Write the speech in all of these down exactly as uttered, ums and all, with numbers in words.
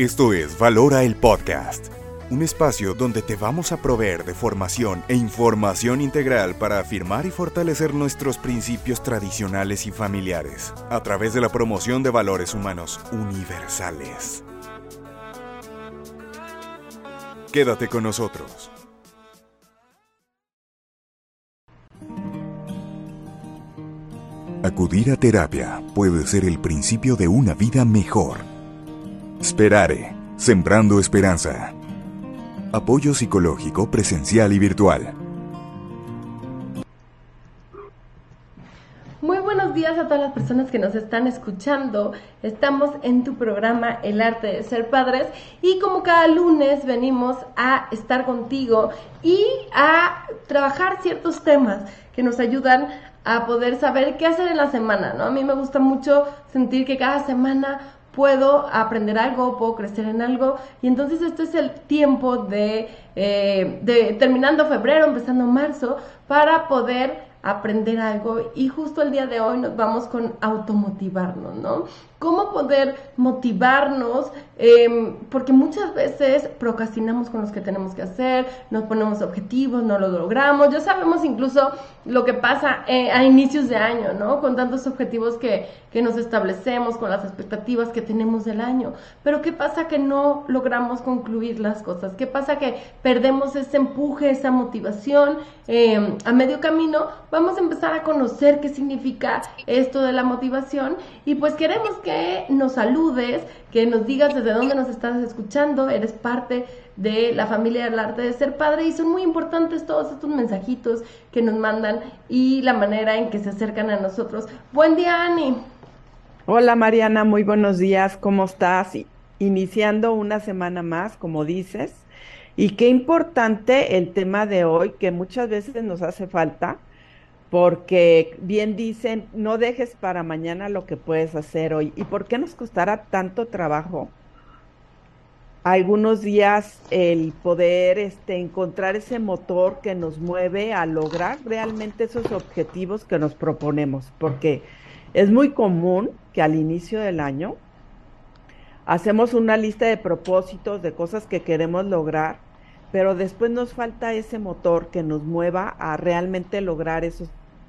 Esto es Valora el Podcast, un espacio donde te vamos a proveer de formación e información integral para afirmar y fortalecer nuestros principios tradicionales y familiares, a través de la promoción de valores humanos universales. Quédate con nosotros. Acudir a terapia puede ser el principio de una vida mejor. Sperare, sembrando esperanza. Apoyo psicológico presencial y virtual. Muy buenos días a todas las personas que nos están escuchando. Estamos en tu programa El Arte de Ser Padres y como cada lunes venimos a estar contigo y a trabajar ciertos temas que nos ayudan a poder saber qué hacer en la semana, ¿no? A mí me gusta mucho sentir que cada semana puedo aprender algo, puedo crecer en algo, y entonces este es el tiempo de, eh, de terminando febrero, empezando marzo, para poder aprender algo. Y justo el día de hoy nos vamos con automotivarnos, ¿no? ¿Cómo poder motivarnos? Eh, porque muchas veces procrastinamos con los que tenemos que hacer, nos ponemos objetivos, no lo logramos. Ya sabemos incluso lo que pasa eh, a inicios de año, ¿no? Con tantos objetivos que, que nos establecemos, con las expectativas que tenemos del año. Pero ¿qué pasa que no logramos concluir las cosas? ¿Qué pasa que perdemos ese empuje, esa motivación? Eh, a medio camino vamos a empezar a conocer qué significa esto de la motivación y pues queremos que nos saludes, que nos digas desde dónde nos estás escuchando. Eres parte de la familia del Arte de Ser Padre y son muy importantes todos estos mensajitos que nos mandan y la manera en que se acercan a nosotros. Buen día, Ani. Hola Mariana, muy buenos días, ¿cómo estás? Iniciando una semana más, como dices, y qué importante el tema de hoy, que muchas veces nos hace falta, porque bien dicen, no dejes para mañana lo que puedes hacer hoy. ¿Y por qué nos costará tanto trabajo algunos días el poder este, encontrar ese motor que nos mueve a lograr realmente esos objetivos que nos proponemos? Porque es muy común que al inicio del año hacemos una lista de propósitos, de cosas que queremos lograr, pero después nos falta ese motor que nos mueva a realmente lograr esos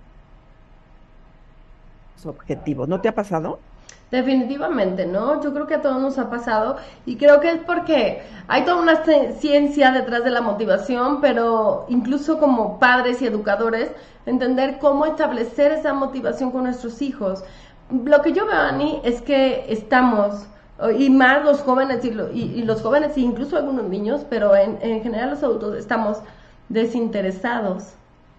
objetivos. ¿No te ha pasado? Definitivamente, ¿no? Yo creo que a todos nos ha pasado y creo que es porque hay toda una ciencia detrás de la motivación, pero incluso como padres y educadores, entender cómo establecer esa motivación con nuestros hijos. Lo que yo veo, Ani, es que estamos, y más los jóvenes y, lo, y, y los jóvenes, e incluso algunos niños, pero en, en general los adultos, estamos desinteresados,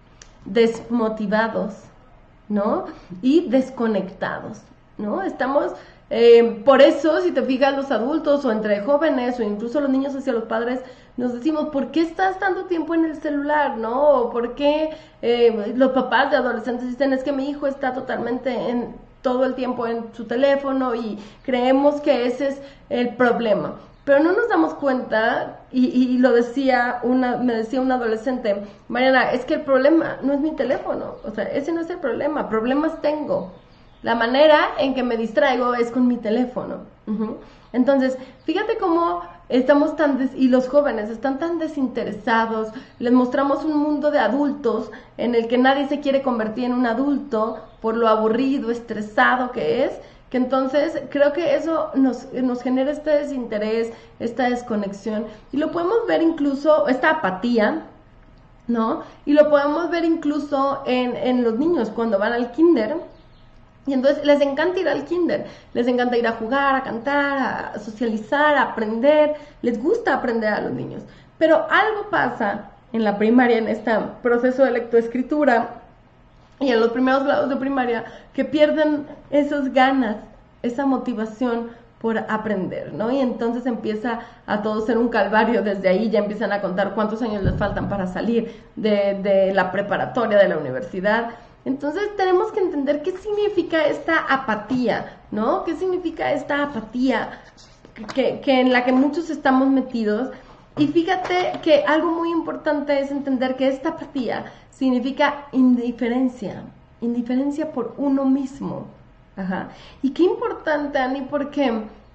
desmotivados, ¿no? Y desconectados, ¿no? Estamos, eh, por eso, si te fijas, los adultos o entre jóvenes o incluso los niños hacia los padres, nos decimos, ¿por qué estás tanto tiempo en el celular, no? O ¿por qué eh, los papás de adolescentes dicen, es que mi hijo está totalmente en todo el tiempo en su teléfono y creemos que ese es el problema? Pero no nos damos cuenta, y, y lo decía una, me decía un adolescente, Mariana, es que el problema no es mi teléfono, o sea, ese no es el problema, problemas tengo. La manera en que me distraigo es con mi teléfono. Uh-huh. Entonces, fíjate cómo estamos tan, des- y los jóvenes están tan desinteresados, les mostramos un mundo de adultos en el que nadie se quiere convertir en un adulto por lo aburrido, estresado que es, que entonces creo que eso nos, nos genera este desinterés, esta desconexión, y lo podemos ver incluso, esta apatía, ¿no? Y lo podemos ver incluso en, en los niños cuando van al kinder, y entonces les encanta ir al kinder, les encanta ir a jugar, a cantar, a socializar, a aprender, les gusta aprender a los niños, pero algo pasa en la primaria, en este proceso de lectoescritura, y en los primeros grados de primaria, que pierden esas ganas, esa motivación por aprender, ¿no? Y entonces empieza a todo ser un calvario. Desde ahí ya empiezan a contar cuántos años les faltan para salir de, de la preparatoria, de la universidad. Entonces tenemos que entender qué significa esta apatía, ¿no? ¿Qué significa esta apatía que, que en la que muchos estamos metidos? Y fíjate que algo muy importante es entender que esta apatía significa indiferencia, indiferencia por uno mismo. Ajá. Y qué importante, Ani, porque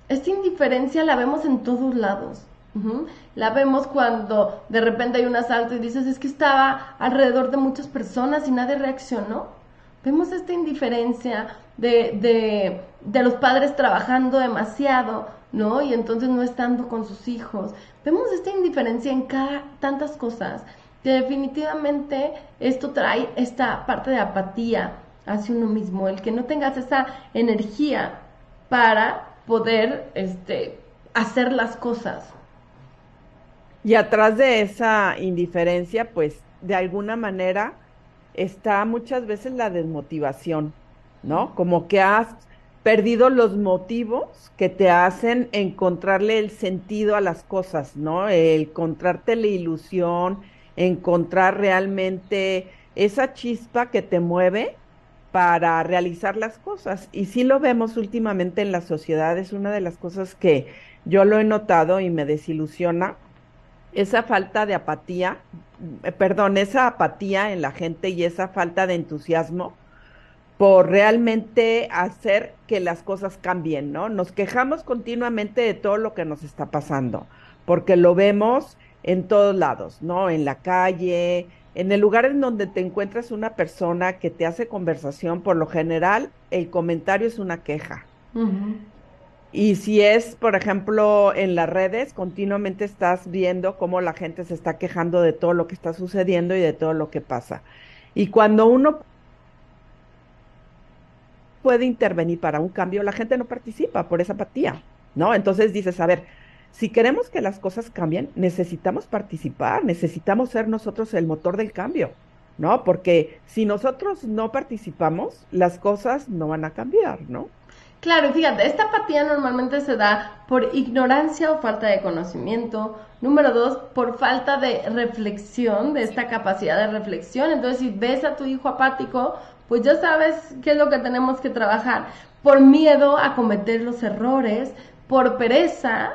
esta indiferencia la vemos en todos lados. Uh-huh. La vemos cuando de repente hay un asalto y dices, es que estaba alrededor de muchas personas y nadie reaccionó. Vemos esta indiferencia de, de, de los padres trabajando demasiado, ¿no? Y entonces no estando con sus hijos. Vemos esta indiferencia en cada tantas cosas, que definitivamente esto trae esta parte de apatía hacia uno mismo, el que no tengas esa energía para poder este, hacer las cosas. Y atrás de esa indiferencia, pues, de alguna manera está muchas veces la desmotivación, ¿no? Como que has perdido los motivos que te hacen encontrarle el sentido a las cosas, ¿no? El encontrarte la ilusión, encontrar realmente esa chispa que te mueve para realizar las cosas. Y sí lo vemos últimamente en la sociedad, es una de las cosas que yo lo he notado y me desilusiona, esa falta de apatía, eh, perdón, esa apatía en la gente y esa falta de entusiasmo por realmente hacer que las cosas cambien, ¿no? Nos quejamos continuamente de todo lo que nos está pasando, porque lo vemos en todos lados, ¿no? En la calle, en el lugar en donde te encuentras una persona que te hace conversación, por lo general, el comentario es una queja. Uh-huh. Y si es, por ejemplo, en las redes, continuamente estás viendo cómo la gente se está quejando de todo lo que está sucediendo y de todo lo que pasa. Y cuando uno puede intervenir para un cambio, la gente no participa por esa apatía, ¿no? Entonces dices, a ver, si queremos que las cosas cambien, necesitamos participar, necesitamos ser nosotros el motor del cambio, ¿no? Porque si nosotros no participamos, las cosas no van a cambiar, ¿no? Claro, fíjate, esta apatía normalmente se da por ignorancia o falta de conocimiento. Número dos, por falta de reflexión, de esta capacidad de reflexión. Entonces, si ves a tu hijo apático, pues ya sabes qué es lo que tenemos que trabajar. Por miedo a cometer los errores, por pereza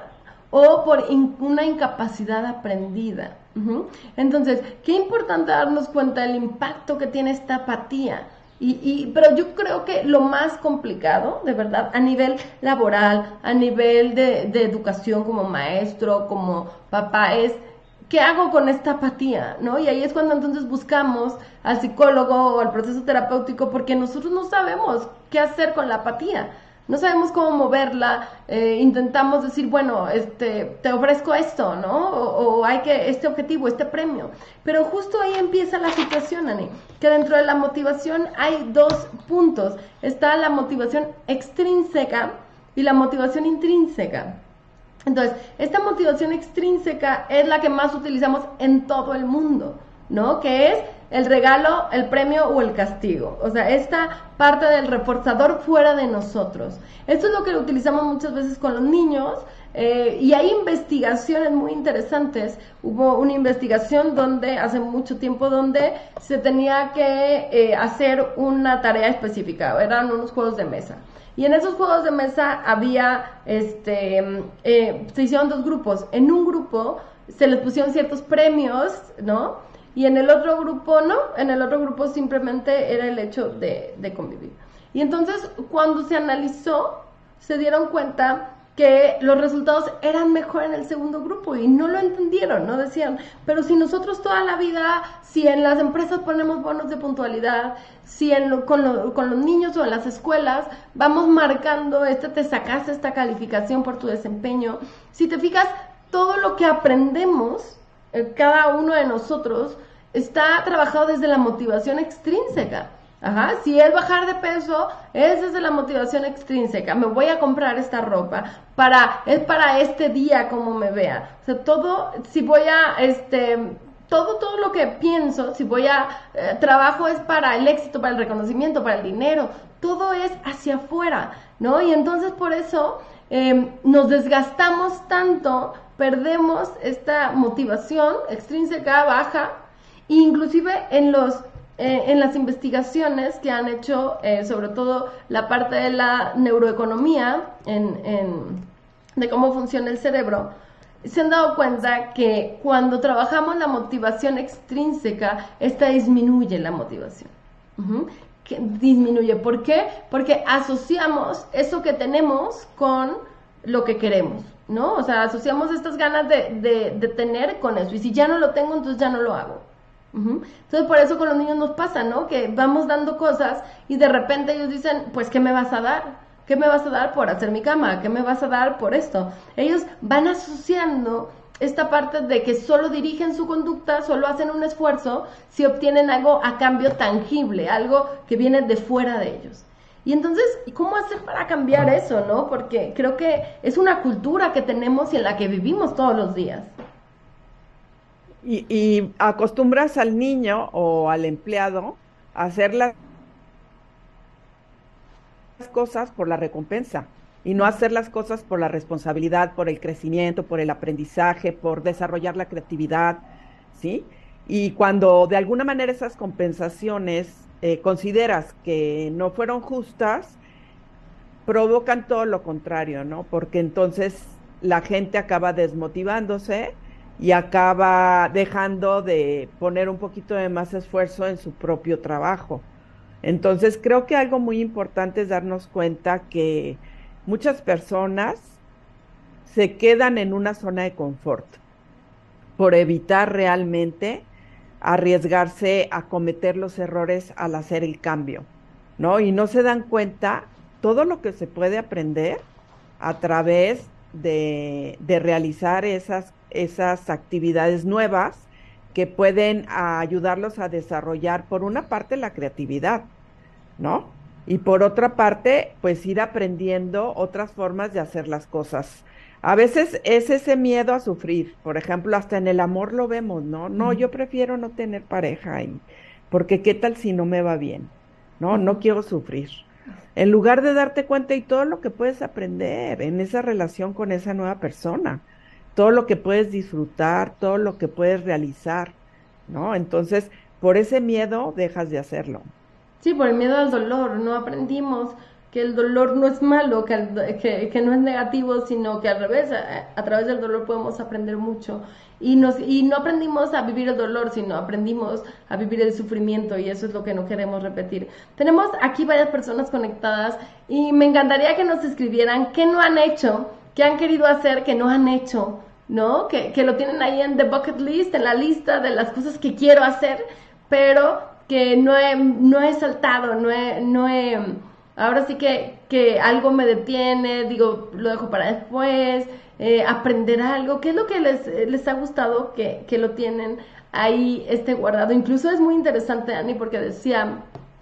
o por in- una incapacidad aprendida. Uh-huh. Entonces, qué importante darnos cuenta del impacto que tiene esta apatía. Y, y, pero yo creo que lo más complicado, de verdad, a nivel laboral, a nivel de, de educación como maestro, como papá, es ¿qué hago con esta apatía? ¿No? Y ahí es cuando entonces buscamos al psicólogo o al proceso terapéutico, porque nosotros no sabemos qué hacer con la apatía. No sabemos cómo moverla, eh, intentamos decir, bueno, este, te ofrezco esto, ¿no? O, o hay que, este objetivo, este premio. Pero justo ahí empieza la situación, Ani, que dentro de la motivación hay dos puntos. Está la motivación extrínseca y la motivación intrínseca. Entonces, esta motivación extrínseca es la que más utilizamos en todo el mundo, ¿no? Que es el regalo, el premio o el castigo. O sea, esta parte del reforzador fuera de nosotros. Esto es lo que utilizamos muchas veces con los niños eh, y hay investigaciones muy interesantes. Hubo una investigación donde, hace mucho tiempo, donde se tenía que eh, hacer una tarea específica. Eran unos juegos de mesa. Y en esos juegos de mesa había, este, eh, se hicieron dos grupos. En un grupo se les pusieron ciertos premios, ¿no? Y en el otro grupo no, en el otro grupo simplemente era el hecho de, de convivir. Y entonces cuando se analizó, se dieron cuenta que los resultados eran mejor en el segundo grupo y no lo entendieron, ¿no? Decían, pero si nosotros toda la vida, si en las empresas ponemos bonos de puntualidad, si en lo, con, lo, con los niños o en las escuelas vamos marcando, este te sacaste esta calificación por tu desempeño, si te fijas, todo lo que aprendemos, eh, cada uno de nosotros, está trabajado desde la motivación extrínseca. Ajá, si es bajar de peso, esa es de la motivación extrínseca. Me voy a comprar esta ropa para, es para este día como me vea. O sea, todo, si voy a, este, todo, todo lo que pienso, si voy a, eh, trabajo es para el éxito, para el reconocimiento, para el dinero. Todo es hacia afuera, ¿no? Y entonces por eso eh, nos desgastamos tanto, perdemos esta motivación extrínseca baja, e inclusive en los Eh, en las investigaciones que han hecho, eh, sobre todo la parte de la neuroeconomía, en, en, de cómo funciona el cerebro, se han dado cuenta que cuando trabajamos la motivación extrínseca, esta disminuye la motivación. Uh-huh. Que disminuye. ¿Por qué? Porque asociamos eso que tenemos con lo que queremos, ¿no? O sea, asociamos estas ganas de, de, de tener con eso, y si ya no lo tengo, entonces ya no lo hago. Uh-huh. Entonces por eso con los niños nos pasa, ¿no? Que vamos dando cosas y de repente ellos dicen, pues, ¿qué me vas a dar? ¿Qué me vas a dar por hacer mi cama? ¿Qué me vas a dar por esto? Ellos van asociando esta parte de que solo dirigen su conducta, solo hacen un esfuerzo si obtienen algo a cambio tangible, algo que viene de fuera de ellos. Y entonces, ¿cómo hacer para cambiar eso, no? Porque creo que es una cultura que tenemos y en la que vivimos todos los días. Y, y acostumbras al niño o al empleado a hacer las cosas por la recompensa y no hacer las cosas por la responsabilidad, por el crecimiento, por el aprendizaje, por desarrollar la creatividad, ¿sí? Y cuando de alguna manera esas compensaciones eh, consideras que no fueron justas, provocan todo lo contrario, ¿no? Porque entonces la gente acaba desmotivándose y acaba dejando de poner un poquito de más esfuerzo en su propio trabajo. Entonces creo que algo muy importante es darnos cuenta que muchas personas se quedan en una zona de confort por evitar realmente arriesgarse a cometer los errores al hacer el cambio, ¿no? Y no se dan cuenta todo lo que se puede aprender a través de, de realizar esas, esas actividades nuevas que pueden ayudarlos a desarrollar, por una parte, la creatividad, ¿no? Y por otra parte, pues ir aprendiendo otras formas de hacer las cosas. A veces es ese miedo a sufrir, por ejemplo, hasta en el amor lo vemos, ¿no? No, yo prefiero no tener pareja, y, porque qué tal si no me va bien, ¿no? No quiero sufrir. En lugar de darte cuenta y todo lo que puedes aprender en esa relación con esa nueva persona, todo lo que puedes disfrutar, todo lo que puedes realizar, ¿no? Entonces, por ese miedo dejas de hacerlo. Sí, por el miedo al dolor, no aprendimos que el dolor no es malo, que, el, que, que no es negativo, sino que al revés, a, a través del dolor podemos aprender mucho. Y, nos, y no aprendimos a vivir el dolor, sino aprendimos a vivir el sufrimiento, y eso es lo que no queremos repetir. Tenemos aquí varias personas conectadas y me encantaría que nos escribieran qué no han hecho, qué han querido hacer, que no han hecho, ¿no? Que, que lo tienen ahí en the bucket list, en la lista de las cosas que quiero hacer, pero que no he, no he saltado, no he... No he ahora sí que, que algo me detiene, digo, lo dejo para después, eh, aprender algo. ¿Qué es lo que les, les ha gustado que, que lo tienen ahí este guardado? Incluso es muy interesante, Ani, porque decía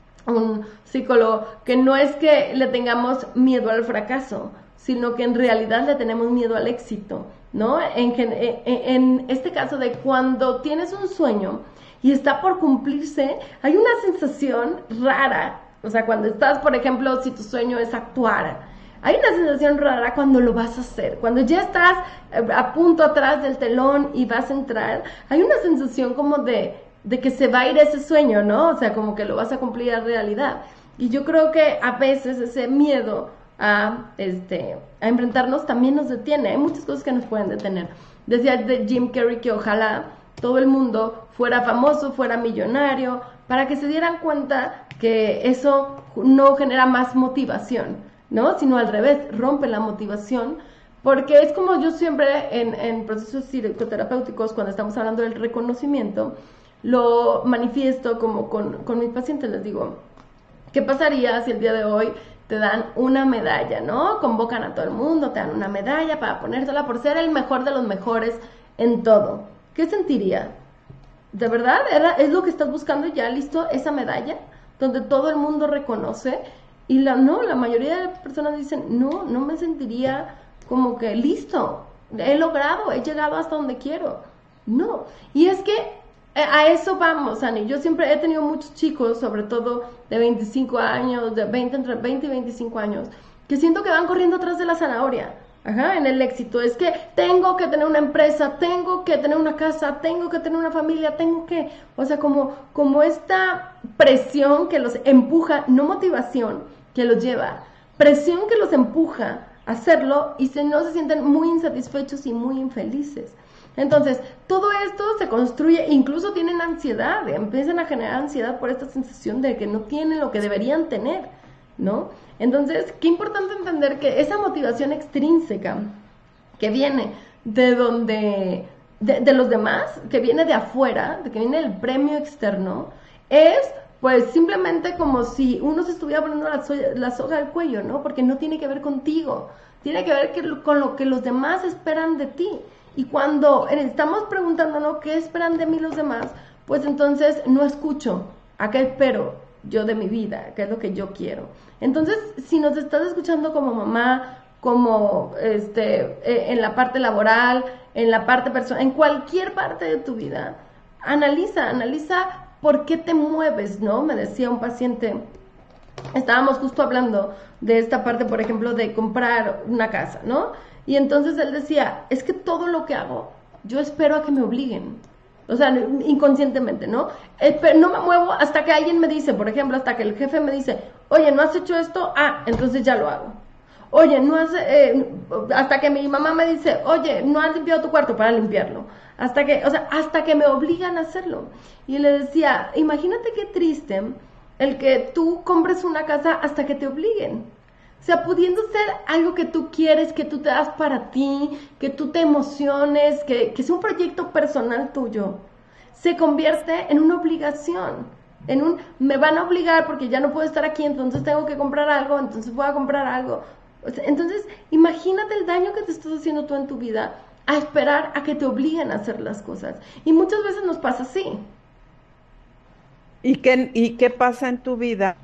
un psicólogo que no es que le tengamos miedo al fracaso, sino que en realidad le tenemos miedo al éxito, ¿no? En, en, en este caso de cuando tienes un sueño y está por cumplirse, hay una sensación rara. O sea, cuando estás, por ejemplo, si tu sueño es actuar, hay una sensación rara cuando lo vas a hacer. Cuando ya estás a punto atrás del telón y vas a entrar, hay una sensación como de, de que se va a ir ese sueño, ¿no? O sea, como que lo vas a cumplir a realidad. Y yo creo que a veces ese miedo a, este, a enfrentarnos también nos detiene. Hay muchas cosas que nos pueden detener. Decía de Jim Carrey que ojalá todo el mundo fuera famoso, fuera millonario, para que se dieran cuenta que eso no genera más motivación, ¿no? Sino al revés, rompe la motivación, porque es como yo siempre en, en procesos psicoterapéuticos, cuando estamos hablando del reconocimiento, lo manifiesto como con, con mis pacientes, les digo, ¿qué pasaría si el día de hoy te dan una medalla, ¿no? Convocan a todo el mundo, te dan una medalla para ponérsela por ser el mejor de los mejores en todo. ¿Qué sentirías? ¿De verdad? ¿Era, ¿Es lo que estás buscando ya? ¿Listo? ¿Esa medalla? Donde todo el mundo reconoce. Y la, no, la mayoría de las personas dicen, no, no me sentiría como que listo. He logrado, he llegado hasta donde quiero. No. Y es que a eso vamos, Ani. Yo siempre he tenido muchos chicos, sobre todo de veinticinco años, de veinte, entre veinte y veinticinco años, que siento que van corriendo atrás de la zanahoria. Ajá, en el éxito, es que tengo que tener una empresa, tengo que tener una casa, tengo que tener una familia, tengo que, o sea, como, como esta presión que los empuja, no motivación, que los lleva, presión que los empuja a hacerlo y se, no se sienten muy insatisfechos y muy infelices. Entonces, todo esto se construye, incluso tienen ansiedad, empiezan a generar ansiedad por esta sensación de que no tienen lo que deberían tener. ¿no? Entonces, qué importante entender que esa motivación extrínseca que viene de donde, de, de los demás, que viene de afuera, de que viene el premio externo, es pues simplemente como si uno se estuviera poniendo la, so la soga al cuello, ¿no? Porque no tiene que ver contigo, tiene que ver que, con lo que los demás esperan de ti. Y cuando estamos preguntándonos qué esperan de mí los demás, pues entonces no escucho a qué espero yo de mi vida, qué es lo que yo quiero. Entonces, si nos estás escuchando como mamá, como este, eh, en la parte laboral, en la parte personal, en cualquier parte de tu vida, analiza, analiza por qué te mueves, ¿no? Me decía un paciente, estábamos justo hablando de esta parte, por ejemplo, de comprar una casa, ¿no? Y entonces él decía, es que todo lo que hago, yo espero a que me obliguen. O sea, inconscientemente, ¿no? No me muevo hasta que alguien me dice, por ejemplo, hasta que el jefe me dice, oye, ¿no has hecho esto? Ah, entonces ya lo hago. Oye, no has, eh, hasta que mi mamá me dice, oye, no has limpiado tu cuarto para limpiarlo. Hasta que, o sea, hasta que me obligan a hacerlo. Y le decía, imagínate qué triste el que tú compres una casa hasta que te obliguen. O sea, pudiendo ser algo que tú quieres, que tú te das para ti, que tú te emociones, que, que sea un proyecto personal tuyo, se convierte en una obligación, en un, me van a obligar porque ya no puedo estar aquí, entonces tengo que comprar algo, entonces voy a comprar algo. O sea, entonces, imagínate el daño que te estás haciendo tú en tu vida a esperar a que te obliguen a hacer las cosas. Y muchas veces nos pasa así. ¿Y qué, y qué pasa en tu vida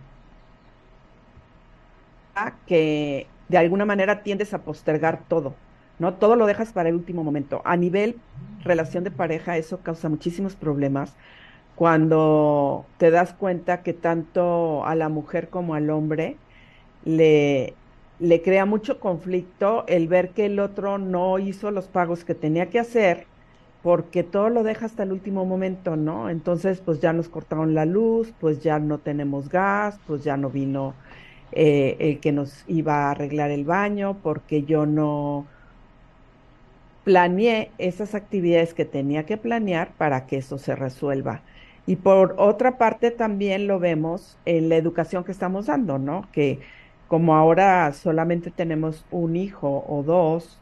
que de alguna manera tiendes a postergar todo, ¿no? Todo lo dejas para el último momento. A nivel relación de pareja, eso causa muchísimos problemas cuando te das cuenta que tanto a la mujer como al hombre le, le crea mucho conflicto el ver que el otro no hizo los pagos que tenía que hacer porque todo lo deja hasta el último momento, ¿no? Entonces, pues ya nos cortaron la luz, pues ya no tenemos gas, pues ya no vino Eh, el que nos iba a arreglar el baño, porque yo no planeé esas actividades que tenía que planear para que eso se resuelva. Y por otra parte también lo vemos en la educación que estamos dando, ¿no? Que como ahora solamente tenemos un hijo o dos,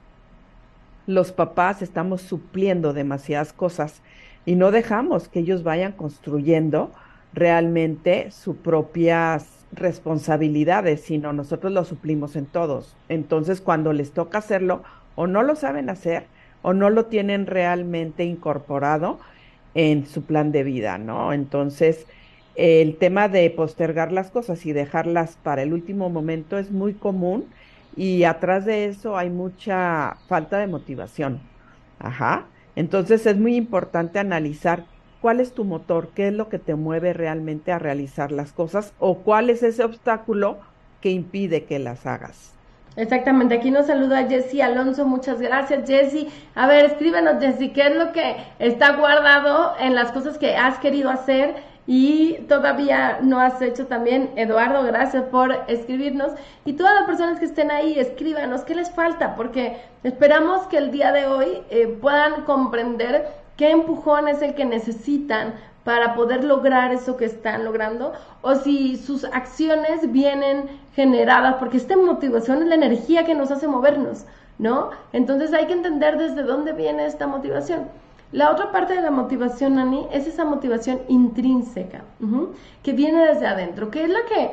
los papás estamos supliendo demasiadas cosas y no dejamos que ellos vayan construyendo realmente sus propias responsabilidades, sino nosotros lo suplimos en todos. Entonces, cuando les toca hacerlo, o no lo saben hacer, o no lo tienen realmente incorporado en su plan de vida, ¿no? Entonces, el tema de postergar las cosas y dejarlas para el último momento es muy común y atrás de eso hay mucha falta de motivación. Ajá. Entonces, es muy importante analizar cuál es tu motor, qué es lo que te mueve realmente a realizar las cosas o cuál es ese obstáculo que impide que las hagas. Exactamente, aquí nos saluda Jessy Alonso, muchas gracias Jessy. A ver, escríbenos Jessy, ¿qué es lo que está guardado en las cosas que has querido hacer y todavía no has hecho también? Eduardo, gracias por escribirnos. Y todas las personas que estén ahí, escríbanos, ¿qué les falta? Porque esperamos que el día de hoy eh, puedan comprender qué empujón es el que necesitan para poder lograr eso que están logrando, o si sus acciones vienen generadas, porque esta motivación es la energía que nos hace movernos, ¿no? Entonces hay que entender desde dónde viene esta motivación. La otra parte de la motivación, Ani, es esa motivación intrínseca, uh-huh, que viene desde adentro, que es la que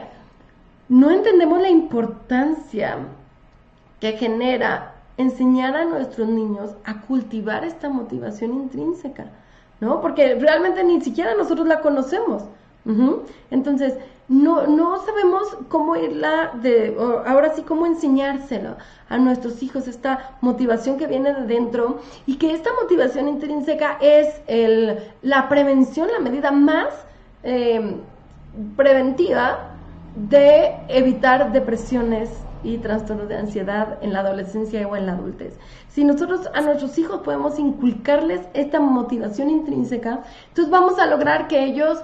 no entendemos la importancia que genera enseñar a nuestros niños a cultivar esta motivación intrínseca, ¿no? Porque realmente ni siquiera nosotros la conocemos. Uh-huh. Entonces, no, no sabemos cómo irla de, o ahora sí, cómo enseñárselo a nuestros hijos, esta motivación que viene de dentro, y que esta motivación intrínseca es el, la prevención, la medida más eh, preventiva de evitar depresiones y trastornos de ansiedad en la adolescencia o en la adultez. Si nosotros a nuestros hijos podemos inculcarles esta motivación intrínseca, entonces vamos a lograr que ellos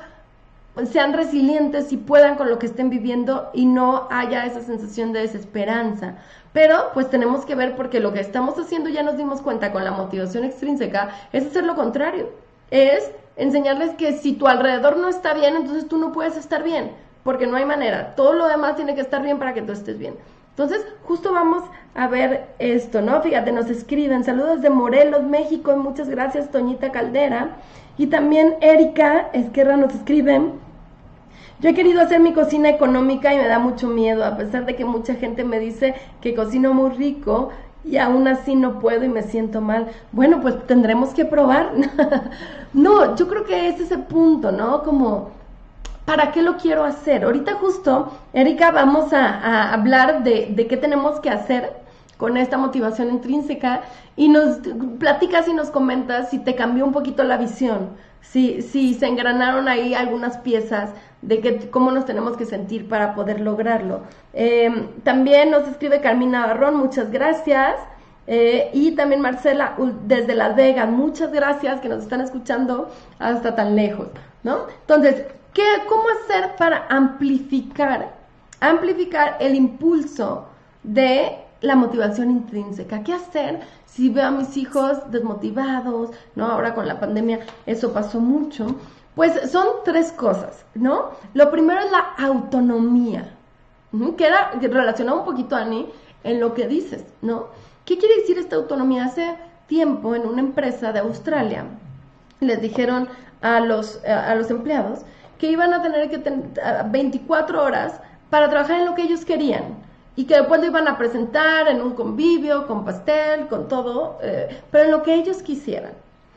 sean resilientes y puedan con lo que estén viviendo y no haya esa sensación de desesperanza. Pero pues tenemos que ver, porque lo que estamos haciendo, ya nos dimos cuenta con la motivación extrínseca, es hacer lo contrario, es enseñarles que si tu alrededor no está bien, entonces tú no puedes estar bien, porque no hay manera. Todo lo demás tiene que estar bien para que tú estés bien. Entonces, justo vamos a ver esto, ¿no? Fíjate, nos escriben, saludos de Morelos, México, y muchas gracias, Toñita Caldera. Y también Erika Esquerra nos escribe, yo he querido hacer mi cocina económica y me da mucho miedo, a pesar de que mucha gente me dice que cocino muy rico, y aún así no puedo y me siento mal. Bueno, pues tendremos que probar. No, yo creo que es ese punto, ¿no? Como, ¿para qué lo quiero hacer? Ahorita justo, Erika, vamos a, a hablar de, de qué tenemos que hacer con esta motivación intrínseca, y nos platicas y nos comentas si te cambió un poquito la visión, si, si se engranaron ahí algunas piezas de que, cómo nos tenemos que sentir para poder lograrlo. Eh, también nos escribe Carmina Barrón, muchas gracias. Eh, y también Marcela desde Las Vegas, muchas gracias, que nos están escuchando hasta tan lejos, ¿no? Entonces, ¿qué, cómo hacer para amplificar, amplificar el impulso de la motivación intrínseca? ¿Qué hacer si veo a mis hijos desmotivados, ¿no? Ahora con la pandemia eso pasó mucho. Pues son tres cosas, ¿no? Lo primero es la autonomía, ¿no? Que era relacionado un poquito, Ani, en lo que dices, ¿no? ¿Qué quiere decir esta autonomía? Hace tiempo en una empresa de Australia les dijeron a los, a los empleados que iban a tener que tener veinticuatro horas para trabajar en lo que ellos querían, y que después lo iban a presentar en un convivio, con pastel, con todo, eh, pero en lo que ellos quisieran.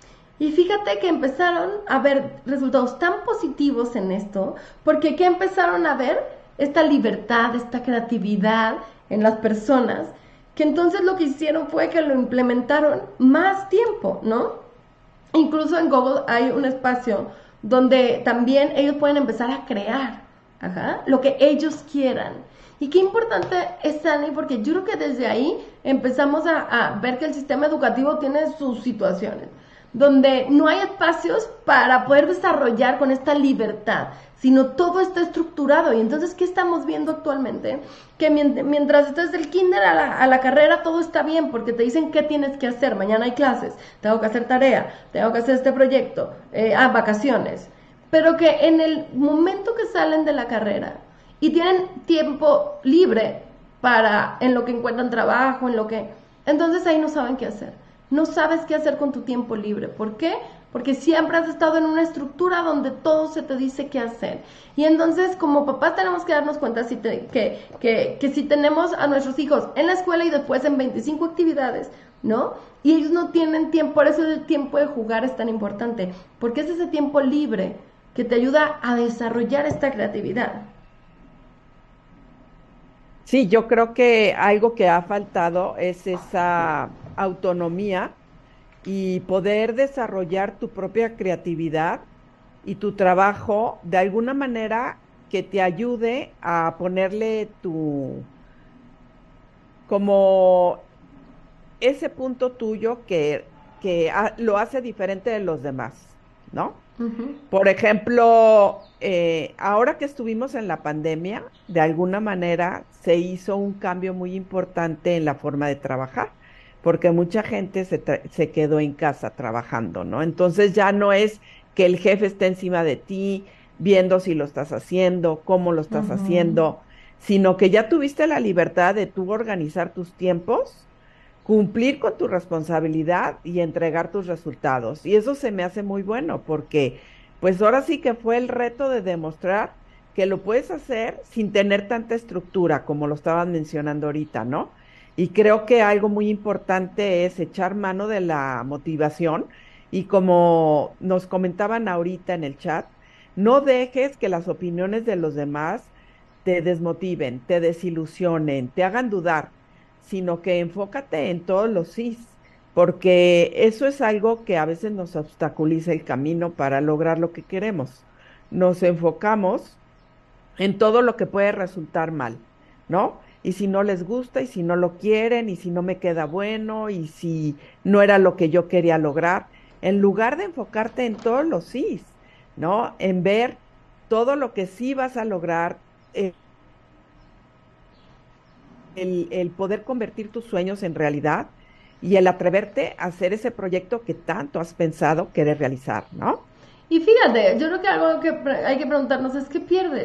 Y fíjate que empezaron a ver resultados tan positivos en esto, porque ¿qué empezaron a ver? Esta libertad, esta creatividad en las personas, que entonces lo que hicieron fue que lo implementaron más tiempo, ¿no? Incluso en Google hay un espacio donde también ellos pueden empezar a crear, ajá, lo que ellos quieran. Y qué importante es, Ani, porque yo creo que desde ahí empezamos a, a ver que el sistema educativo tiene sus situaciones, donde no hay espacios para poder desarrollar con esta libertad, sino todo está estructurado. Y entonces, ¿qué estamos viendo actualmente? Que mientras estás del kinder a la, a la carrera, todo está bien, porque te dicen qué tienes que hacer. Mañana hay clases, tengo que hacer tarea, tengo que hacer este proyecto, eh, ah, vacaciones. Pero que en el momento que salen de la carrera y tienen tiempo libre para, en lo que encuentran trabajo, en lo que... Entonces ahí no saben qué hacer. No sabes qué hacer con tu tiempo libre. ¿Por qué? Porque siempre has estado en una estructura donde todo se te dice qué hacer. Y entonces, como papás, tenemos que darnos cuenta si te, que, que, que si tenemos a nuestros hijos en la escuela y después en veinticinco actividades, ¿no? Y ellos no tienen tiempo, por eso el tiempo de jugar es tan importante, porque es ese tiempo libre que te ayuda a desarrollar esta creatividad. Sí, yo creo que algo que ha faltado es esa autonomía y poder desarrollar tu propia creatividad y tu trabajo de alguna manera que te ayude a ponerle tu, como ese punto tuyo que, que ha, lo hace diferente de los demás, ¿no? Uh-huh. Por ejemplo, eh, ahora que estuvimos en la pandemia, de alguna manera se hizo un cambio muy importante en la forma de trabajar, porque mucha gente se, tra- se quedó en casa trabajando, ¿no? Entonces ya no es que el jefe esté encima de ti, viendo si lo estás haciendo, cómo lo estás uh-huh. haciendo, sino que ya tuviste la libertad de tú organizar tus tiempos, cumplir con tu responsabilidad y entregar tus resultados. Y eso se me hace muy bueno, porque pues ahora sí que fue el reto de demostrar que lo puedes hacer sin tener tanta estructura, como lo estaban mencionando ahorita, ¿no? Y creo que algo muy importante es echar mano de la motivación, y como nos comentaban ahorita en el chat, no dejes que las opiniones de los demás te desmotiven, te desilusionen, te hagan dudar, sino que enfócate en todos los sís, porque eso es algo que a veces nos obstaculiza el camino para lograr lo que queremos. Nos enfocamos en todo lo que puede resultar mal, ¿no? Y si no les gusta, y si no lo quieren, y si no me queda bueno, y si no era lo que yo quería lograr, en lugar de enfocarte en todos los sís, ¿no? En ver todo lo que sí vas a lograr, eh, El, el poder convertir tus sueños en realidad y el atreverte a hacer ese proyecto que tanto has pensado querer realizar, ¿no? Y fíjate, yo creo que algo que hay que preguntarnos es ¿qué pierdes?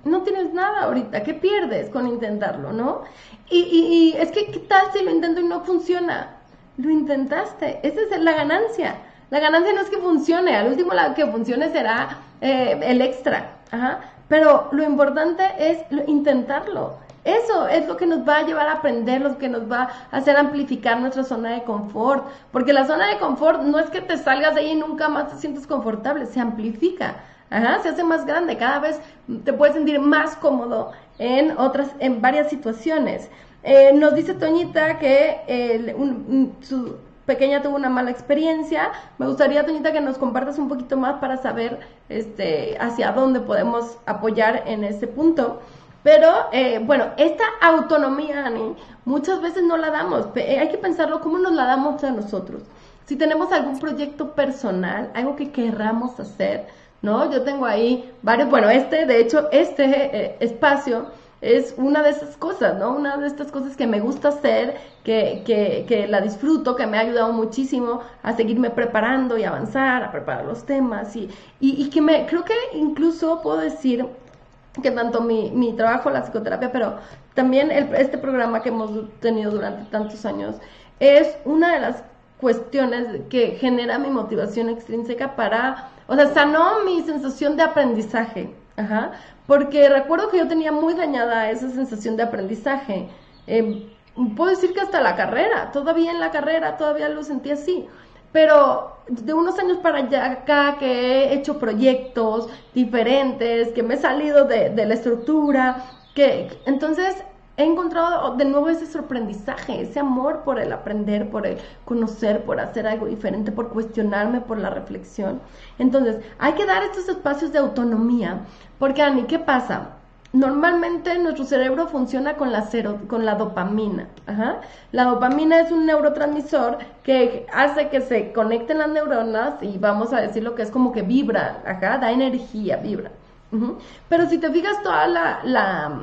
no tienes nada ahorita, ¿qué pierdes con intentarlo, no? Y, y, y es que, ¿qué tal si lo intento y no funciona? Lo intentaste, esa es la ganancia. La ganancia no es que funcione, al último la que funcione será eh, el extra, ajá. Pero lo importante es intentarlo. Eso es lo que nos va a llevar a aprender, lo que nos va a hacer amplificar nuestra zona de confort. Porque la zona de confort no es que te salgas de ahí y nunca más te sientes confortable, se amplifica, ajá, se hace más grande, cada vez te puedes sentir más cómodo en otras, en varias situaciones. Eh, nos dice Toñita que eh, un, un, su pequeña tuvo una mala experiencia. Me gustaría, Toñita, que nos compartas un poquito más para saber este, hacia dónde podemos apoyar en ese punto. Pero, eh, bueno, esta autonomía, Ani, muchas veces no la damos. Hay que pensarlo, ¿cómo nos la damos a nosotros? Si tenemos algún proyecto personal, algo que querramos hacer, ¿no? Yo tengo ahí varios, bueno, este, de hecho, este eh, espacio es una de esas cosas, ¿no? Una de estas cosas que me gusta hacer, que, que, que la disfruto, que me ha ayudado muchísimo a seguirme preparando y avanzar, a preparar los temas y, y, y que me, creo que incluso puedo decir que tanto mi, mi trabajo, la psicoterapia, pero también el, este programa que hemos tenido durante tantos años, es una de las cuestiones que genera mi motivación extrínseca para, o sea, sanó mi sensación de aprendizaje, ajá, porque recuerdo que yo tenía muy dañada esa sensación de aprendizaje, eh, puedo decir que hasta la carrera, todavía en la carrera, todavía lo sentí así, pero de unos años para allá acá que he hecho proyectos diferentes, que me he salido de, de la estructura, que entonces he encontrado de nuevo ese sorprendizaje, ese amor por el aprender, por el conocer, por hacer algo diferente, por cuestionarme, por la reflexión. Entonces, hay que dar estos espacios de autonomía, porque, Ani, ¿qué pasa? Normalmente nuestro cerebro funciona con la, cero, con la dopamina. Ajá. La dopamina es un neurotransmisor que hace que se conecten las neuronas y vamos a decir lo que es como que vibra, ajá, da energía, vibra. Uh-huh. Pero si te fijas, toda la... la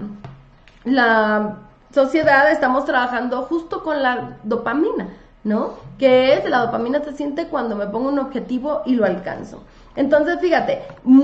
la sociedad estamos trabajando justo con la dopamina, ¿no? Que es, la dopamina se siente cuando me pongo un objetivo y lo alcanzo. Entonces, fíjate,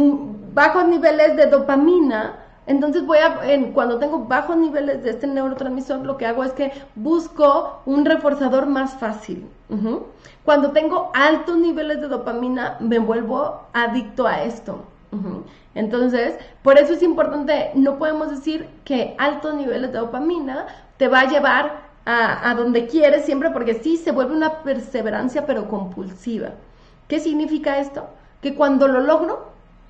bajos niveles de dopamina, entonces voy a, en, cuando tengo bajos niveles de este neurotransmisor, lo que hago es que busco un reforzador más fácil. Uh-huh. Cuando tengo altos niveles de dopamina, me vuelvo adicto a esto. Uh-huh. Entonces, por eso es importante, no podemos decir que altos niveles de dopamina te va a llevar a, a donde quieres siempre, porque sí, se vuelve una perseverancia pero compulsiva. ¿Qué significa esto? Que cuando lo logro,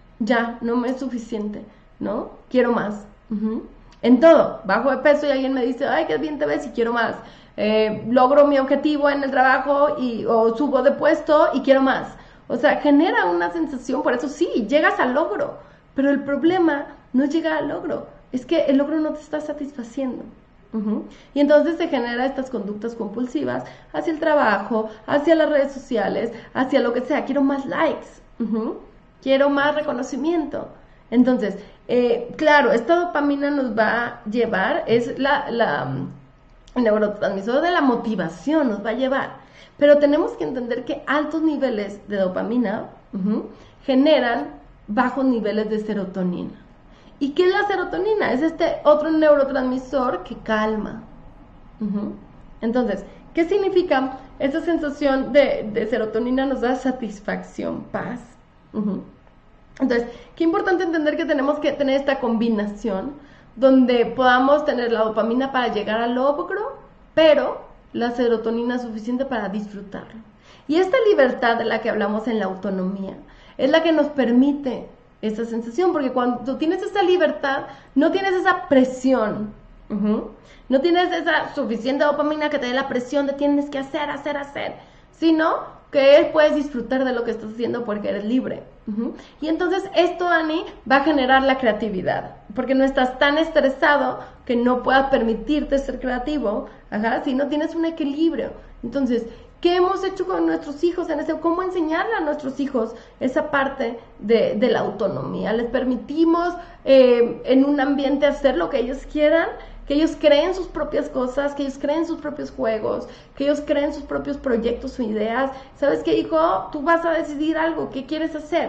ya no me es suficiente, ¿no? Quiero más. Uh-huh. En todo, bajo de peso y alguien me dice, ay, qué bien te ves y quiero más. Eh, logro mi objetivo en el trabajo y, o subo de puesto y quiero más. O sea, genera una sensación, por eso sí, llegas al logro, pero el problema no es llegar al logro, es que el logro no te está satisfaciendo. Uh-huh. Y entonces se generan estas conductas compulsivas hacia el trabajo, hacia las redes sociales, hacia lo que sea, quiero más likes, uh-huh. Quiero más reconocimiento. Entonces, eh, claro, esta dopamina nos va a llevar, es la, la el neurotransmisor de la motivación, nos va a llevar. Pero tenemos que entender que altos niveles de dopamina uh-huh, generan bajos niveles de serotonina. ¿Y qué es la serotonina? Es este otro neurotransmisor que calma. Uh-huh. Entonces, ¿qué significa? Esa sensación de, de serotonina nos da satisfacción, paz. Uh-huh. Entonces, qué importante entender que tenemos que tener esta combinación donde podamos tener la dopamina para llegar al logro, pero la serotonina suficiente para disfrutarlo. Y esta libertad de la que hablamos en la autonomía es la que nos permite esa sensación, porque cuando tienes esa libertad, no tienes esa presión, uh-huh. No tienes esa suficiente dopamina que te dé la presión de tienes que hacer, hacer, hacer, sino que puedes disfrutar de lo que estás haciendo porque eres libre. Uh-huh. Y entonces esto, Ani, va a generar la creatividad, porque no estás tan estresado que no puedas permitirte ser creativo, ajá, si no tienes un equilibrio. Entonces, ¿qué hemos hecho con nuestros hijos en ese? ¿Cómo enseñarle a nuestros hijos esa parte de, de la autonomía? ¿Les permitimos eh, en un ambiente hacer lo que ellos quieran? Que ellos creen sus propias cosas, que ellos creen sus propios juegos, que ellos creen sus propios proyectos o ideas. ¿Sabes qué, hijo? Tú vas a decidir algo, ¿qué quieres hacer?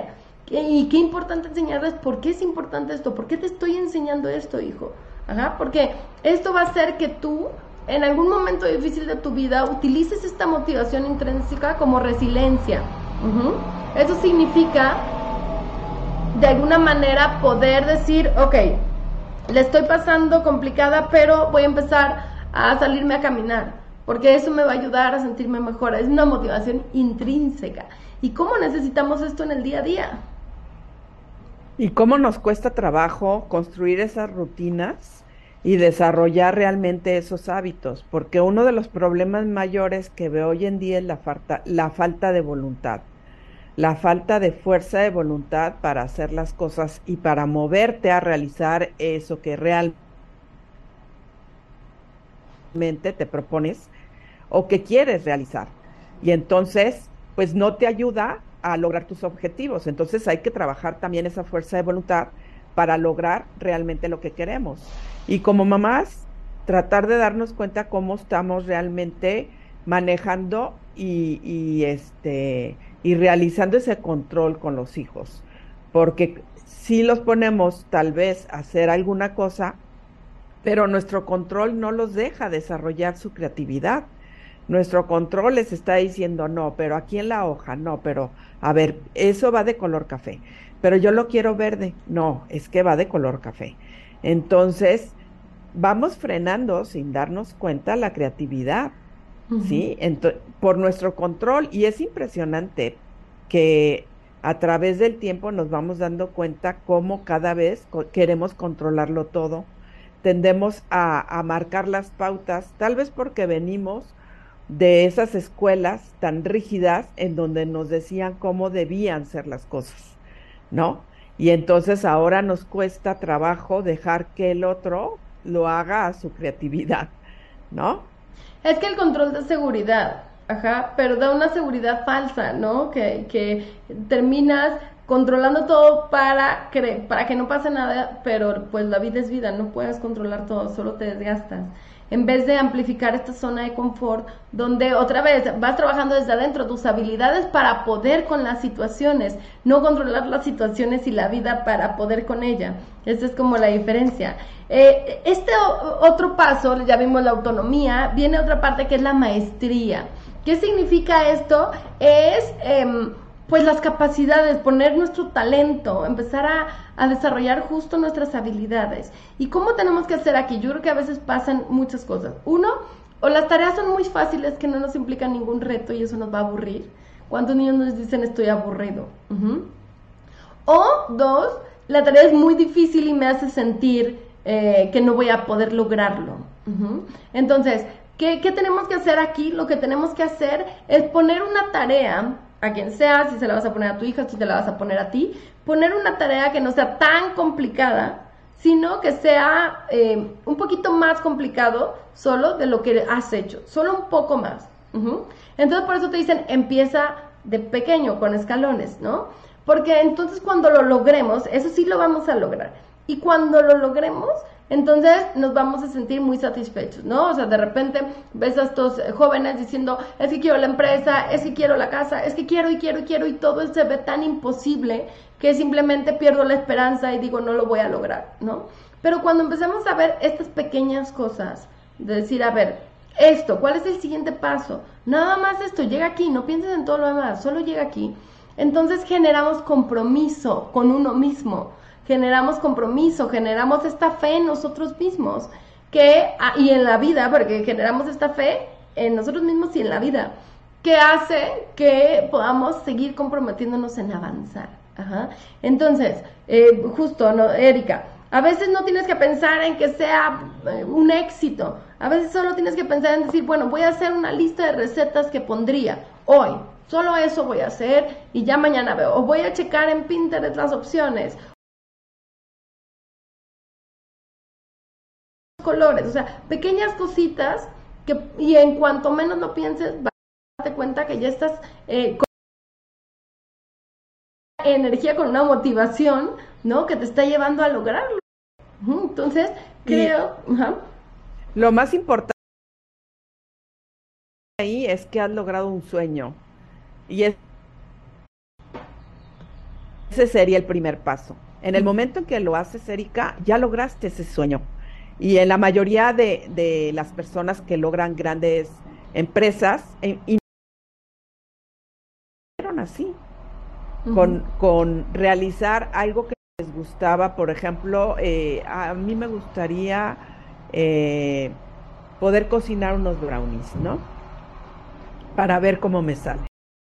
Y qué importante enseñarles por qué es importante esto, por qué te estoy enseñando esto, hijo. Ajá, porque esto va a hacer que tú, en algún momento difícil de tu vida, utilices esta motivación intrínseca como resiliencia. Uh-huh. Eso significa, de alguna manera, poder decir, ok, le estoy pasando complicada, pero voy a empezar a salirme a caminar, porque eso me va a ayudar a sentirme mejor. Es una motivación intrínseca. ¿Y cómo necesitamos esto en el día a día? ¿Y cómo nos cuesta trabajo construir esas rutinas y desarrollar realmente esos hábitos? Porque uno de los problemas mayores que veo hoy en día es la falta, la falta de voluntad, la falta de fuerza de voluntad para hacer las cosas y para moverte a realizar eso que realmente te propones o que quieres realizar. Y entonces, pues no te ayuda a lograr tus objetivos. Entonces hay que trabajar también esa fuerza de voluntad para lograr realmente lo que queremos. Y como mamás, tratar de darnos cuenta cómo estamos realmente manejando y, y, este, y realizando ese control con los hijos. Porque si los ponemos tal vez a hacer alguna cosa, pero nuestro control no los deja desarrollar su creatividad. Nuestro control les está diciendo, no, pero aquí en la hoja, no, pero, a ver, eso va de color café, pero yo lo quiero verde, no, es que va de color café. Entonces, vamos frenando sin darnos cuenta la creatividad, uh-huh. ¿sí? Ento- por nuestro control, y es impresionante que a través del tiempo nos vamos dando cuenta cómo cada vez co- queremos controlarlo todo, tendemos a, a marcar las pautas, tal vez porque venimos de esas escuelas tan rígidas en donde nos decían cómo debían ser las cosas, ¿no? Y entonces ahora nos cuesta trabajo dejar que el otro lo haga a su creatividad, ¿no? Es que el control de seguridad, ajá, pero da una seguridad falsa, ¿no? Que, que terminas controlando todo para, cre- para que no pase nada, pero pues la vida es vida, no puedes controlar todo, solo te desgastas. En vez de amplificar esta zona de confort, donde otra vez vas trabajando desde adentro tus habilidades para poder con las situaciones, no controlar las situaciones y la vida para poder con ella. Esa es como la diferencia. Eh, este o- otro paso, ya vimos la autonomía, viene otra parte que es la maestría. ¿Qué significa esto? Es... Eh, pues las capacidades, poner nuestro talento, empezar a, a desarrollar justo nuestras habilidades. ¿Y cómo tenemos que hacer aquí? Yo creo que a veces pasan muchas cosas. Uno, o las tareas son muy fáciles que no nos implican ningún reto y eso nos va a aburrir. ¿Cuántos niños nos dicen estoy aburrido? Uh-huh. O dos, la tarea es muy difícil y me hace sentir eh, que no voy a poder lograrlo. Uh-huh. Entonces, ¿qué, ¿qué tenemos que hacer aquí? Lo que tenemos que hacer es poner una tarea a quien sea, si se la vas a poner a tu hija, si te la vas a poner a ti, poner una tarea que no sea tan complicada, sino que sea eh, un poquito más complicado solo de lo que has hecho, solo un poco más. Uh-huh. Entonces por eso te dicen, empieza de pequeño, con escalones, ¿no? Porque entonces cuando lo logremos, eso sí lo vamos a lograr, y cuando lo logremos, entonces nos vamos a sentir muy satisfechos, ¿no? O sea, de repente ves a estos jóvenes diciendo, es que quiero la empresa, es que quiero la casa, es que quiero y quiero y quiero, y todo se ve tan imposible que simplemente pierdo la esperanza y digo, no lo voy a lograr, ¿no? Pero cuando empezamos a ver estas pequeñas cosas, de decir, a ver, esto, ¿cuál es el siguiente paso? Nada más esto, llega aquí, no pienses en todo lo demás, solo llega aquí. Entonces generamos compromiso con uno mismo, generamos compromiso, generamos esta fe en nosotros mismos, que, y en la vida, porque generamos esta fe en nosotros mismos y en la vida, que hace que podamos seguir comprometiéndonos en avanzar. Ajá. Entonces, eh, justo, ¿no, Erika? A veces no tienes que pensar en que sea eh, un éxito, a veces solo tienes que pensar en decir, bueno, voy a hacer una lista de recetas que pondría hoy, solo eso voy a hacer y ya mañana veo, o voy a checar en Pinterest las opciones, colores, o sea, pequeñas cositas que, y en cuanto menos lo pienses, vas a darte cuenta que ya estás eh, con energía, con una motivación, ¿no? Que te está llevando a lograrlo. Uh-huh. Entonces, creo... Uh-huh. Lo más importante ahí es que has logrado un sueño. Y ese ese sería el primer paso. En el momento en que lo haces, Erika, ya lograste ese sueño. Y en la mayoría de, de las personas que logran grandes empresas, eh, iniciaron así, uh-huh. con, con realizar algo que les gustaba. Por ejemplo, eh, a mí me gustaría eh, poder cocinar unos brownies, ¿no? Para ver cómo me sale.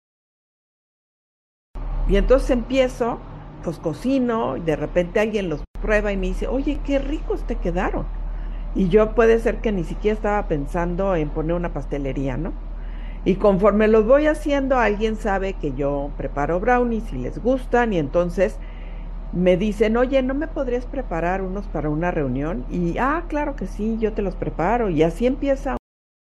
Y entonces empiezo, pues cocino, y de repente alguien los prueba y me dice, oye, qué ricos te quedaron. Y yo puede ser que ni siquiera estaba pensando en poner una pastelería, ¿no? Y conforme los voy haciendo, alguien sabe que yo preparo brownies y les gustan, y entonces me dicen, oye, ¿no me podrías preparar unos para una reunión? Y, ah, claro que sí, yo te los preparo. Y así empieza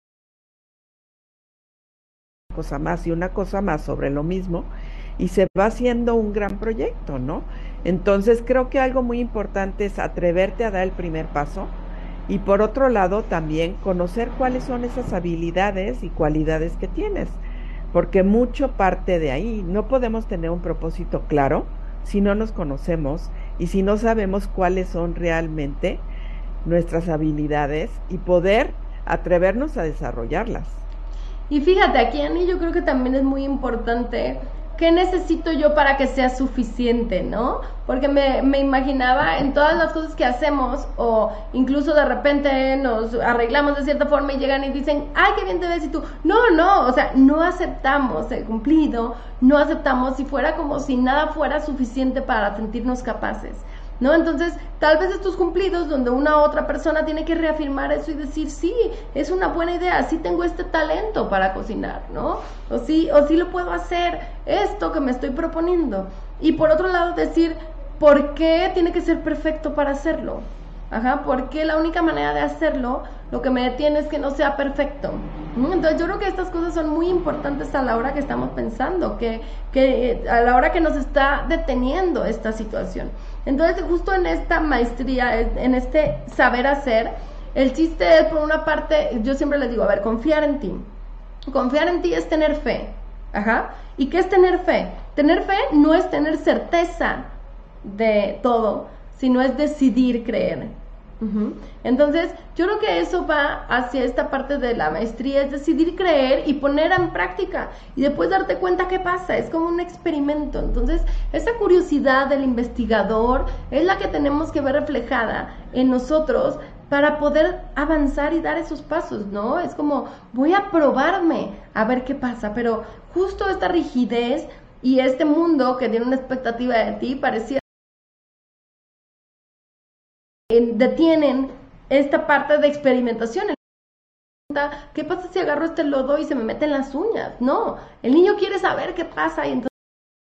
una cosa más y una cosa más sobre lo mismo, y se va haciendo un gran proyecto, ¿no? Entonces creo que algo muy importante es atreverte a dar el primer paso, y por otro lado también conocer cuáles son esas habilidades y cualidades que tienes, porque mucho parte de ahí. No podemos tener un propósito claro si no nos conocemos y si no sabemos cuáles son realmente nuestras habilidades y poder atrevernos a desarrollarlas. Y fíjate, aquí, Ani, yo creo que también es muy importante, ¿qué necesito yo para que sea suficiente, no? Porque me, me imaginaba en todas las cosas que hacemos, o incluso de repente nos arreglamos de cierta forma y llegan y dicen, ay, qué bien te ves, y tú, no, no, o sea, no aceptamos el cumplido, no aceptamos si fuera como si nada fuera suficiente para sentirnos capaces, ¿no? Entonces, tal vez estos cumplidos donde una otra persona tiene que reafirmar eso y decir, sí, es una buena idea, sí tengo este talento para cocinar, ¿no? O sí, o sí lo puedo hacer, esto que me estoy proponiendo. Y por otro lado decir, ¿por qué tiene que ser perfecto para hacerlo? Ajá, porque la única manera de hacerlo, lo que me detiene es que no sea perfecto. Entonces yo creo que estas cosas son muy importantes a la hora que estamos pensando, que, que a la hora que nos está deteniendo esta situación. Entonces justo en esta maestría, en este saber hacer, el chiste es, por una parte, yo siempre les digo, a ver, confiar en ti. Confiar en ti es tener fe. Ajá. ¿Y qué es tener fe? Tener fe no es tener certeza de todo, sino es decidir creer. Uh-huh. Entonces, yo creo que eso va hacia esta parte de la maestría, es decidir creer y poner en práctica, y después darte cuenta qué pasa. Es como un experimento. Entonces, esa curiosidad del investigador es la que tenemos que ver reflejada en nosotros para poder avanzar y dar esos pasos, ¿no? Es como, voy a probarme a ver qué pasa, pero justo esta rigidez y este mundo que tiene una expectativa de ti parecía detienen esta parte de experimentación. ¿Qué pasa si agarro este lodo y se me mete en las uñas? No, el niño quiere saber qué pasa y entonces,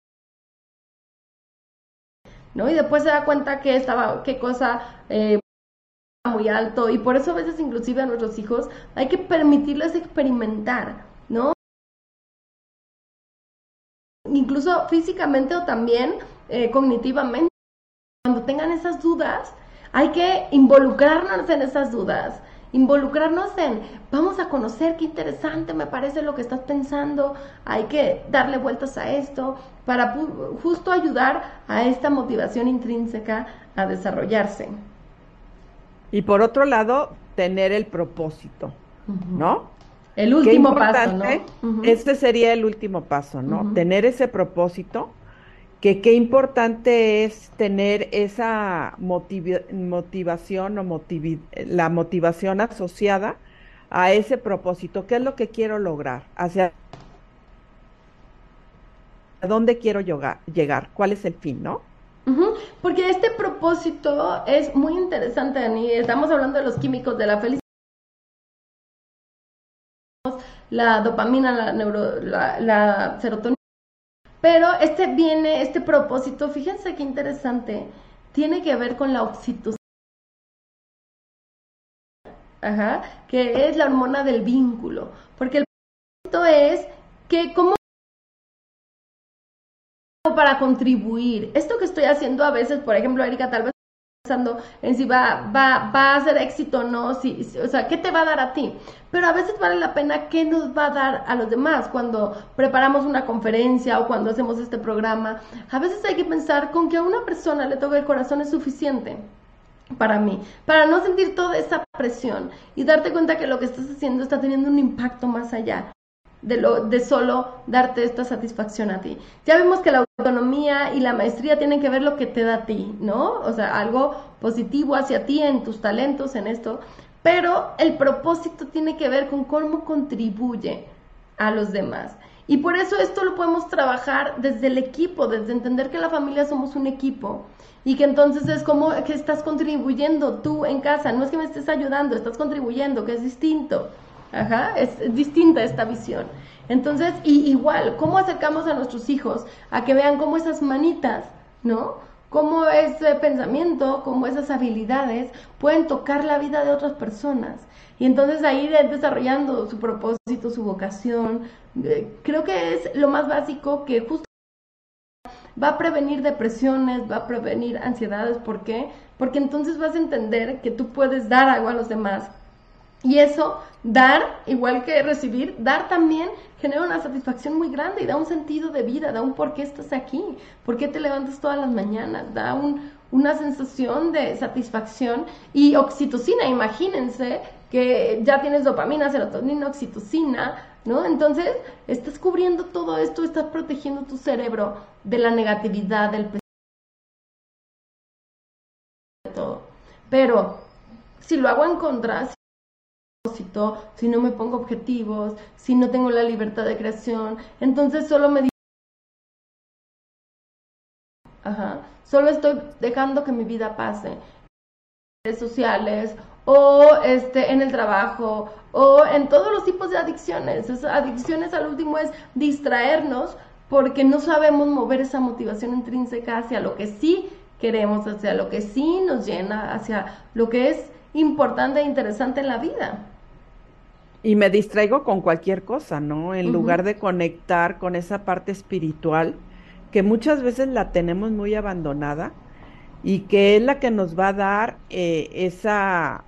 ¿no? Y después se da cuenta que estaba, qué cosa eh, muy alto, y por eso a veces inclusive a nuestros hijos hay que permitirles experimentar, ¿no? Incluso físicamente o también eh, cognitivamente. Cuando tengan esas dudas, hay que involucrarnos en esas dudas, involucrarnos en, vamos a conocer, qué interesante me parece lo que estás pensando, hay que darle vueltas a esto, para justo ayudar a esta motivación intrínseca a desarrollarse. Y por otro lado, tener el propósito, uh-huh. ¿no? El último paso, ¿no? Uh-huh. Este sería el último paso, ¿no? Uh-huh. Tener ese propósito. Que qué importante es tener esa motiv- motivación o motiv- la motivación asociada a ese propósito. ¿Qué es lo que quiero lograr? ¿Hacia dónde quiero llegar? llegar? ¿Cuál es el fin, no? Uh-huh. Porque este propósito es muy interesante, Dani. Estamos hablando de los químicos de la felicidad. La dopamina, la, neuro, la, la serotonina. Pero este viene, este propósito, fíjense qué interesante, tiene que ver con la oxitocina, ajá, que es la hormona del vínculo, porque el propósito es que cómo para contribuir, esto que estoy haciendo a veces, por ejemplo, Erika, tal vez pensando en si va, va, va a ser éxito o no, si, si, o sea, ¿qué te va a dar a ti? Pero a veces vale la pena qué nos va a dar a los demás cuando preparamos una conferencia o cuando hacemos este programa. A veces hay que pensar con que a una persona le toque el corazón es suficiente para mí, para no sentir toda esa presión y darte cuenta que lo que estás haciendo está teniendo un impacto más allá de, lo, de solo darte esta satisfacción a ti. Ya vimos que la autonomía y la maestría tienen que ver lo que te da a ti, ¿no? O sea, algo positivo hacia ti en tus talentos, en esto, pero el propósito tiene que ver con cómo contribuye a los demás. Y por eso esto lo podemos trabajar desde el equipo, desde entender que la familia somos un equipo y que entonces es como que estás contribuyendo tú en casa, no es que me estés ayudando, estás contribuyendo, que es distinto. Ajá, es, es distinta esta visión. Entonces, y igual, ¿cómo acercamos a nuestros hijos a que vean cómo esas manitas, ¿no? Cómo ese pensamiento, cómo esas habilidades pueden tocar la vida de otras personas. Y entonces ahí desarrollando su propósito, su vocación, eh, creo que es lo más básico que justo va a prevenir depresiones, va a prevenir ansiedades. ¿Por qué? Porque entonces vas a entender que tú puedes dar algo a los demás. Y eso, dar, igual que recibir, dar también genera una satisfacción muy grande y da un sentido de vida, da un por qué estás aquí, por qué te levantas todas las mañanas, da un, una sensación de satisfacción y oxitocina, imagínense que ya tienes dopamina, serotonina, oxitocina, ¿no? Entonces, estás cubriendo todo esto, estás protegiendo tu cerebro de la negatividad, del peso, de todo. Pero, si lo hago en contra, si no me pongo objetivos, si no tengo la libertad de creación, entonces solo me Ajá. Solo estoy dejando que mi vida pase en redes sociales o este en el trabajo o en todos los tipos de adicciones. Esas adicciones al último es distraernos porque no sabemos mover esa motivación intrínseca hacia lo que sí queremos, hacia lo que sí nos llena, hacia lo que es importante e interesante en la vida. Y me distraigo con cualquier cosa, ¿no? En uh-huh. lugar de conectar con esa parte espiritual, que muchas veces la tenemos muy abandonada y que es la que nos va a dar eh, esa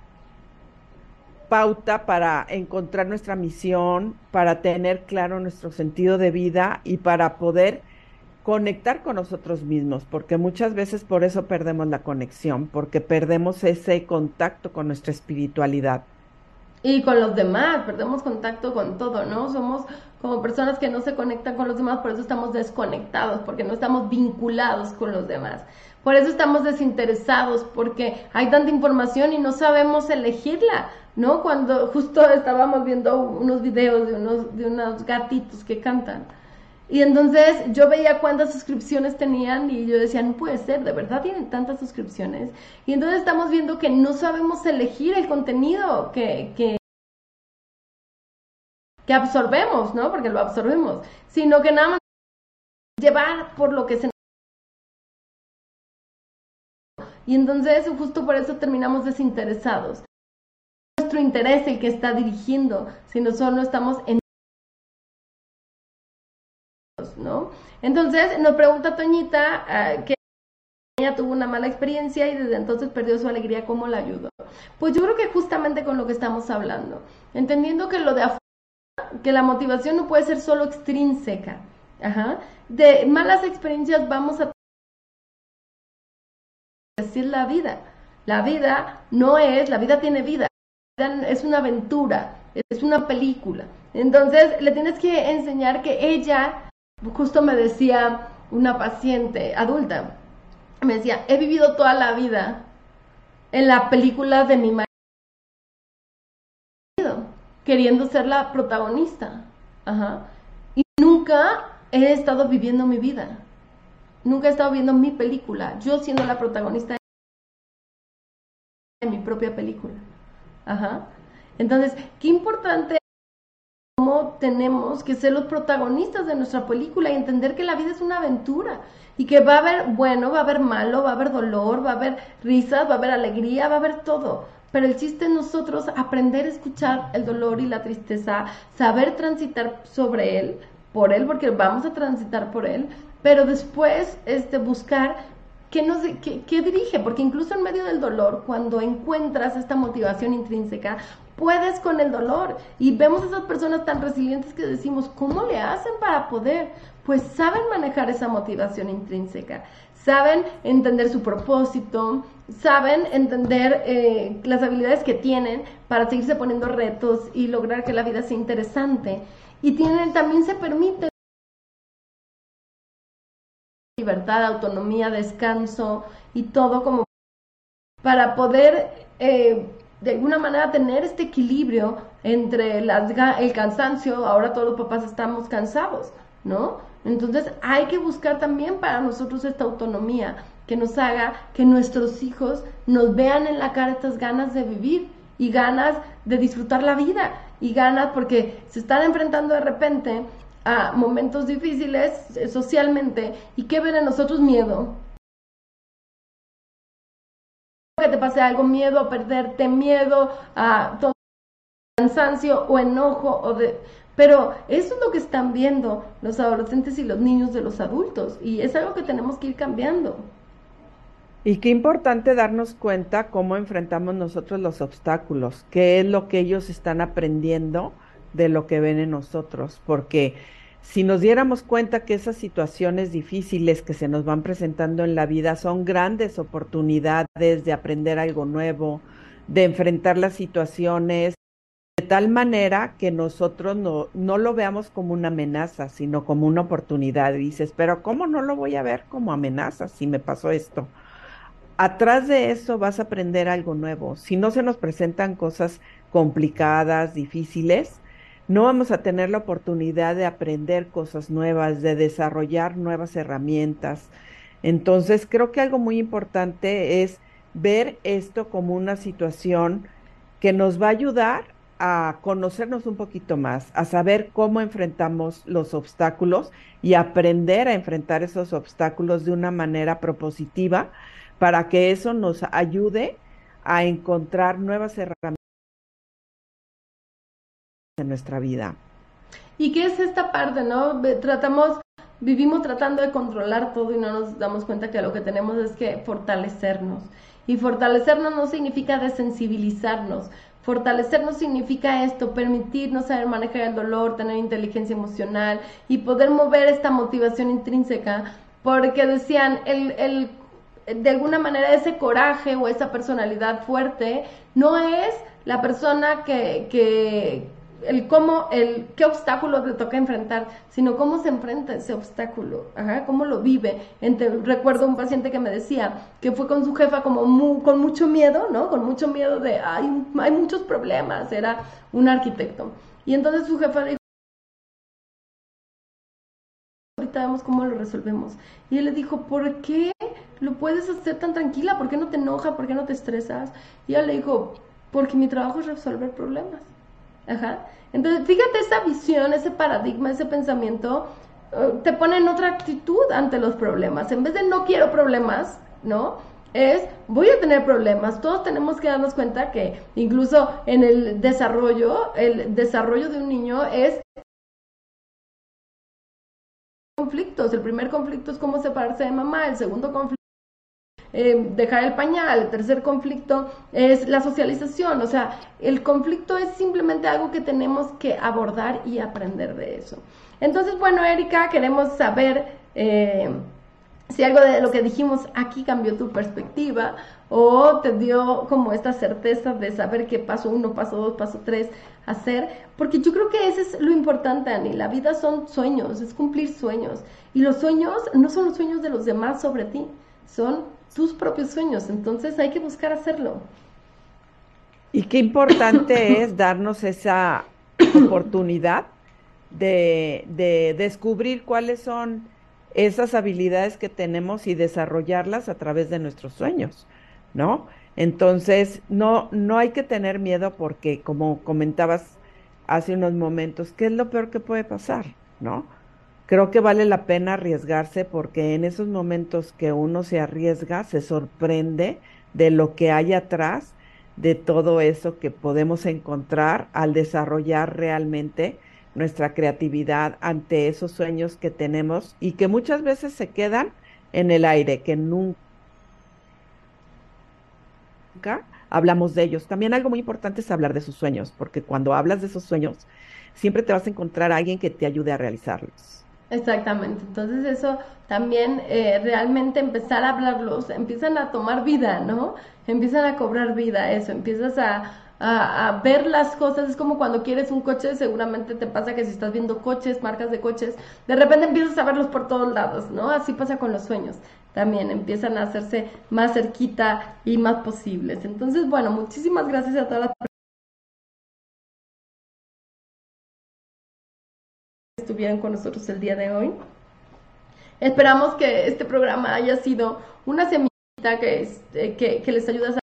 pauta para encontrar nuestra misión, para tener claro nuestro sentido de vida y para poder conectar con nosotros mismos, porque muchas veces por eso perdemos la conexión, porque perdemos ese contacto con nuestra espiritualidad. Y con los demás, perdemos contacto con todo, ¿no? Somos como personas que no se conectan con los demás, por eso estamos desconectados, porque no estamos vinculados con los demás. Por eso estamos desinteresados, porque hay tanta información y no sabemos elegirla, ¿no? Cuando justo estábamos viendo unos videos de unos, de unos gatitos que cantan. Y entonces yo veía cuántas suscripciones tenían y yo decía, no puede ser, de verdad tienen tantas suscripciones. Y entonces estamos viendo que no sabemos elegir el contenido que, que, que absorbemos, ¿no? Porque lo absorbemos, sino que nada más llevar por lo que se... Y entonces justo por eso terminamos desinteresados. Nuestro interés el que está dirigiendo, sino solo estamos en... ¿no? Entonces nos pregunta Toñita uh, que ella tuvo una mala experiencia y desde entonces perdió su alegría, ¿cómo la ayudó? Pues yo creo que justamente con lo que estamos hablando, entendiendo que lo de afuera, que la motivación no puede ser solo extrínseca. Ajá. De malas experiencias vamos a decir la vida. La vida no es, la vida tiene vida, la vida es una aventura, es una película. Entonces le tienes que enseñar que ella... Justo me decía una paciente adulta, me decía, he vivido toda la vida en la película de mi marido, queriendo ser la protagonista. Ajá. Y nunca he estado viviendo mi vida, nunca he estado viendo mi película, yo siendo la protagonista de mi propia película. Ajá. Entonces, qué importante cómo tenemos que ser los protagonistas de nuestra película y entender que la vida es una aventura y que va a haber bueno, va a haber malo, va a haber dolor, va a haber risas, va a haber alegría, va a haber todo. Pero el chiste es nosotros aprender a escuchar el dolor y la tristeza, saber transitar sobre él, por él, porque vamos a transitar por él, pero después este, buscar ¿qué, nos, qué, ¿qué dirige? Porque incluso en medio del dolor, cuando encuentras esta motivación intrínseca, puedes con el dolor. Y vemos a esas personas tan resilientes que decimos, ¿cómo le hacen para poder? Pues saben manejar esa motivación intrínseca, saben entender su propósito, saben entender eh, las habilidades que tienen para seguirse poniendo retos y lograr que la vida sea interesante. Y tienen, también se permiten libertad, autonomía, descanso y todo como para poder eh, de alguna manera tener este equilibrio entre las, el cansancio. Ahora todos los papás estamos cansados, ¿no? Entonces hay que buscar también para nosotros esta autonomía que nos haga que nuestros hijos nos vean en la cara estas ganas de vivir y ganas de disfrutar la vida y ganas porque se están enfrentando de repente a momentos difíciles eh, socialmente. ¿Y qué ven en nosotros? Miedo. Que te pase algo, miedo a perderte, miedo a todo, cansancio o enojo o de... Pero eso es lo que están viendo los adolescentes y los niños de los adultos y es algo que tenemos que ir cambiando. Y qué importante darnos cuenta cómo enfrentamos nosotros los obstáculos, qué es lo que ellos están aprendiendo de lo que ven en nosotros, porque si nos diéramos cuenta que esas situaciones difíciles que se nos van presentando en la vida son grandes oportunidades de aprender algo nuevo, de enfrentar las situaciones de tal manera que nosotros no, no lo veamos como una amenaza, sino como una oportunidad. Y dices, pero ¿cómo no lo voy a ver como amenaza si me pasó esto? Atrás de eso vas a aprender algo nuevo. Si no se nos presentan cosas complicadas, difíciles, no vamos a tener la oportunidad de aprender cosas nuevas, de desarrollar nuevas herramientas. Entonces, creo que algo muy importante es ver esto como una situación que nos va a ayudar a conocernos un poquito más, a saber cómo enfrentamos los obstáculos y aprender a enfrentar esos obstáculos de una manera propositiva para que eso nos ayude a encontrar nuevas herramientas en nuestra vida. ¿Y qué es esta parte, no? Tratamos, vivimos tratando de controlar todo y no nos damos cuenta que lo que tenemos es que fortalecernos. Y fortalecernos no significa desensibilizarnos. Fortalecernos significa esto, permitirnos saber manejar el dolor, tener inteligencia emocional y poder mover esta motivación intrínseca. Porque decían, el, el, de alguna manera ese coraje o esa personalidad fuerte no es la persona que... que el cómo, el qué obstáculos le toca enfrentar, sino cómo se enfrenta ese obstáculo, ajá, cómo lo vive. Entre, recuerdo un paciente que me decía que fue con su jefa como muy, con mucho miedo, ¿no? Con mucho miedo de, hay, hay muchos problemas, era un arquitecto. Y entonces su jefa le dijo, ahorita vemos cómo lo resolvemos. Y él le dijo, ¿por qué lo puedes hacer tan tranquila? ¿Por qué no te enoja? ¿Por qué no te estresas? Y ella le dijo, porque mi trabajo es resolver problemas. Ajá. Entonces, fíjate esa visión, ese paradigma, ese pensamiento, uh, te pone en otra actitud ante los problemas. En vez de no quiero problemas, ¿no? Es, voy a tener problemas. Todos tenemos que darnos cuenta que incluso en el desarrollo, el desarrollo de un niño es conflictos. El primer conflicto es cómo separarse de mamá, el segundo conflicto Eh, dejar el pañal, el tercer conflicto es la socialización. O sea, el conflicto es simplemente algo que tenemos que abordar y aprender de eso. Entonces, bueno, Erika, queremos saber eh, si algo de lo que dijimos aquí cambió tu perspectiva o te dio como esta certeza de saber qué paso uno, paso dos, paso tres hacer, porque yo creo que ese es lo importante, Ani. La vida son sueños, es cumplir sueños, y los sueños no son los sueños de los demás sobre ti, son tus propios sueños, entonces hay que buscar hacerlo. Y qué importante es darnos esa oportunidad de, de descubrir cuáles son esas habilidades que tenemos y desarrollarlas a través de nuestros sueños, ¿no? Entonces, no, no hay que tener miedo porque, como comentabas hace unos momentos, ¿qué es lo peor que puede pasar, no? Creo que vale la pena arriesgarse porque en esos momentos que uno se arriesga, se sorprende de lo que hay atrás, de todo eso que podemos encontrar al desarrollar realmente nuestra creatividad ante esos sueños que tenemos y que muchas veces se quedan en el aire, que nunca nunca hablamos de ellos. También algo muy importante es hablar de sus sueños, porque cuando hablas de esos sueños, siempre te vas a encontrar a alguien que te ayude a realizarlos. Exactamente, entonces eso también eh, realmente empezar a hablarlos, empiezan a tomar vida, ¿no? Empiezan a cobrar vida, eso, empiezas a... A, a ver las cosas. Es como cuando quieres un coche, seguramente te pasa que si estás viendo coches, marcas de coches, de repente empiezas a verlos por todos lados, ¿no? Así pasa con los sueños, también empiezan a hacerse más cerquita y más posibles. Entonces, bueno, muchísimas gracias a todas las personas que estuvieron con nosotros el día de hoy. Esperamos que este programa haya sido una semillita que, que, que les ayude a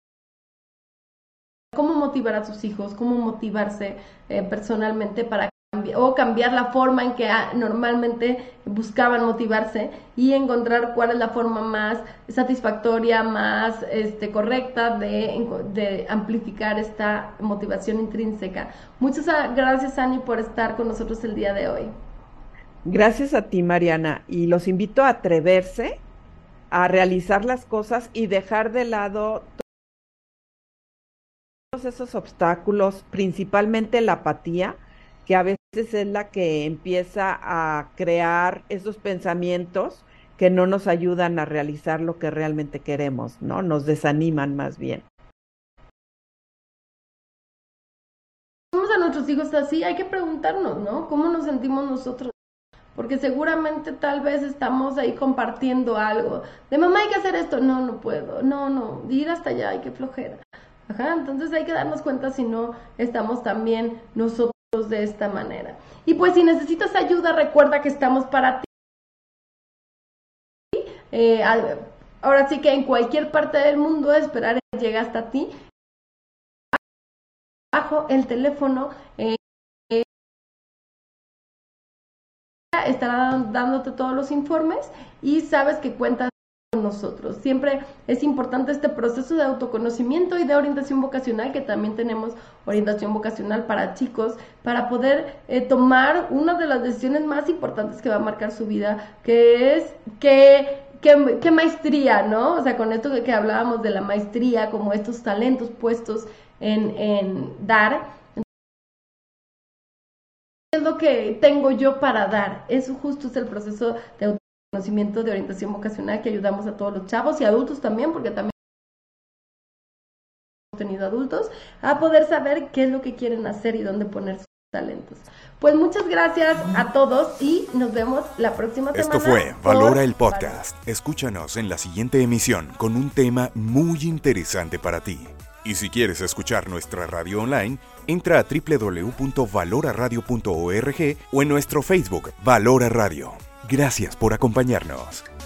cómo motivar a sus hijos, cómo motivarse eh, personalmente para cambiar o cambiar la forma en que a, normalmente buscaban motivarse y encontrar cuál es la forma más satisfactoria, más este, correcta de, de amplificar esta motivación intrínseca. Muchas gracias, Ani, por estar con nosotros el día de hoy. Gracias a ti, Mariana, y los invito a atreverse a realizar las cosas y dejar de lado todos esos obstáculos, principalmente la apatía, que a veces es la que empieza a crear esos pensamientos que no nos ayudan a realizar lo que realmente queremos, ¿no? Nos desaniman más bien. A nuestros hijos así, hay que preguntarnos, ¿no? ¿Cómo nos sentimos nosotros? Porque seguramente tal vez estamos ahí compartiendo algo. De mamá hay que hacer esto, no, no puedo, no, no, ir hasta allá, hay que flojera. Ajá, entonces hay que darnos cuenta si no estamos también nosotros de esta manera. Y pues si necesitas ayuda, recuerda que estamos para ti. Eh, ahora sí que en cualquier parte del mundo esperar llega hasta ti. Bajo el teléfono eh, eh, estará dándote todos los informes y sabes que cuentas con nosotros. Siempre es importante este proceso de autoconocimiento y de orientación vocacional, que también tenemos orientación vocacional para chicos, para poder eh, tomar una de las decisiones más importantes que va a marcar su vida, que es que ¿Qué, qué maestría, ¿no? O sea, con esto que, que hablábamos de la maestría, como estos talentos puestos en, en dar. ¿Qué es lo que tengo yo para dar? Eso justo es el proceso de autoconocimiento, de orientación vocacional, que ayudamos a todos los chavos y adultos también, porque también hemos tenido adultos, a poder saber qué es lo que quieren hacer y dónde poner sus talentos. Pues muchas gracias a todos y nos vemos la próxima semana. Esto fue Valora el Podcast. Escúchanos en la siguiente emisión con un tema muy interesante para ti. Y si quieres escuchar nuestra radio online, entra a doble u doble u doble u punto valora radio punto org o en nuestro Facebook Valora Radio. Gracias por acompañarnos.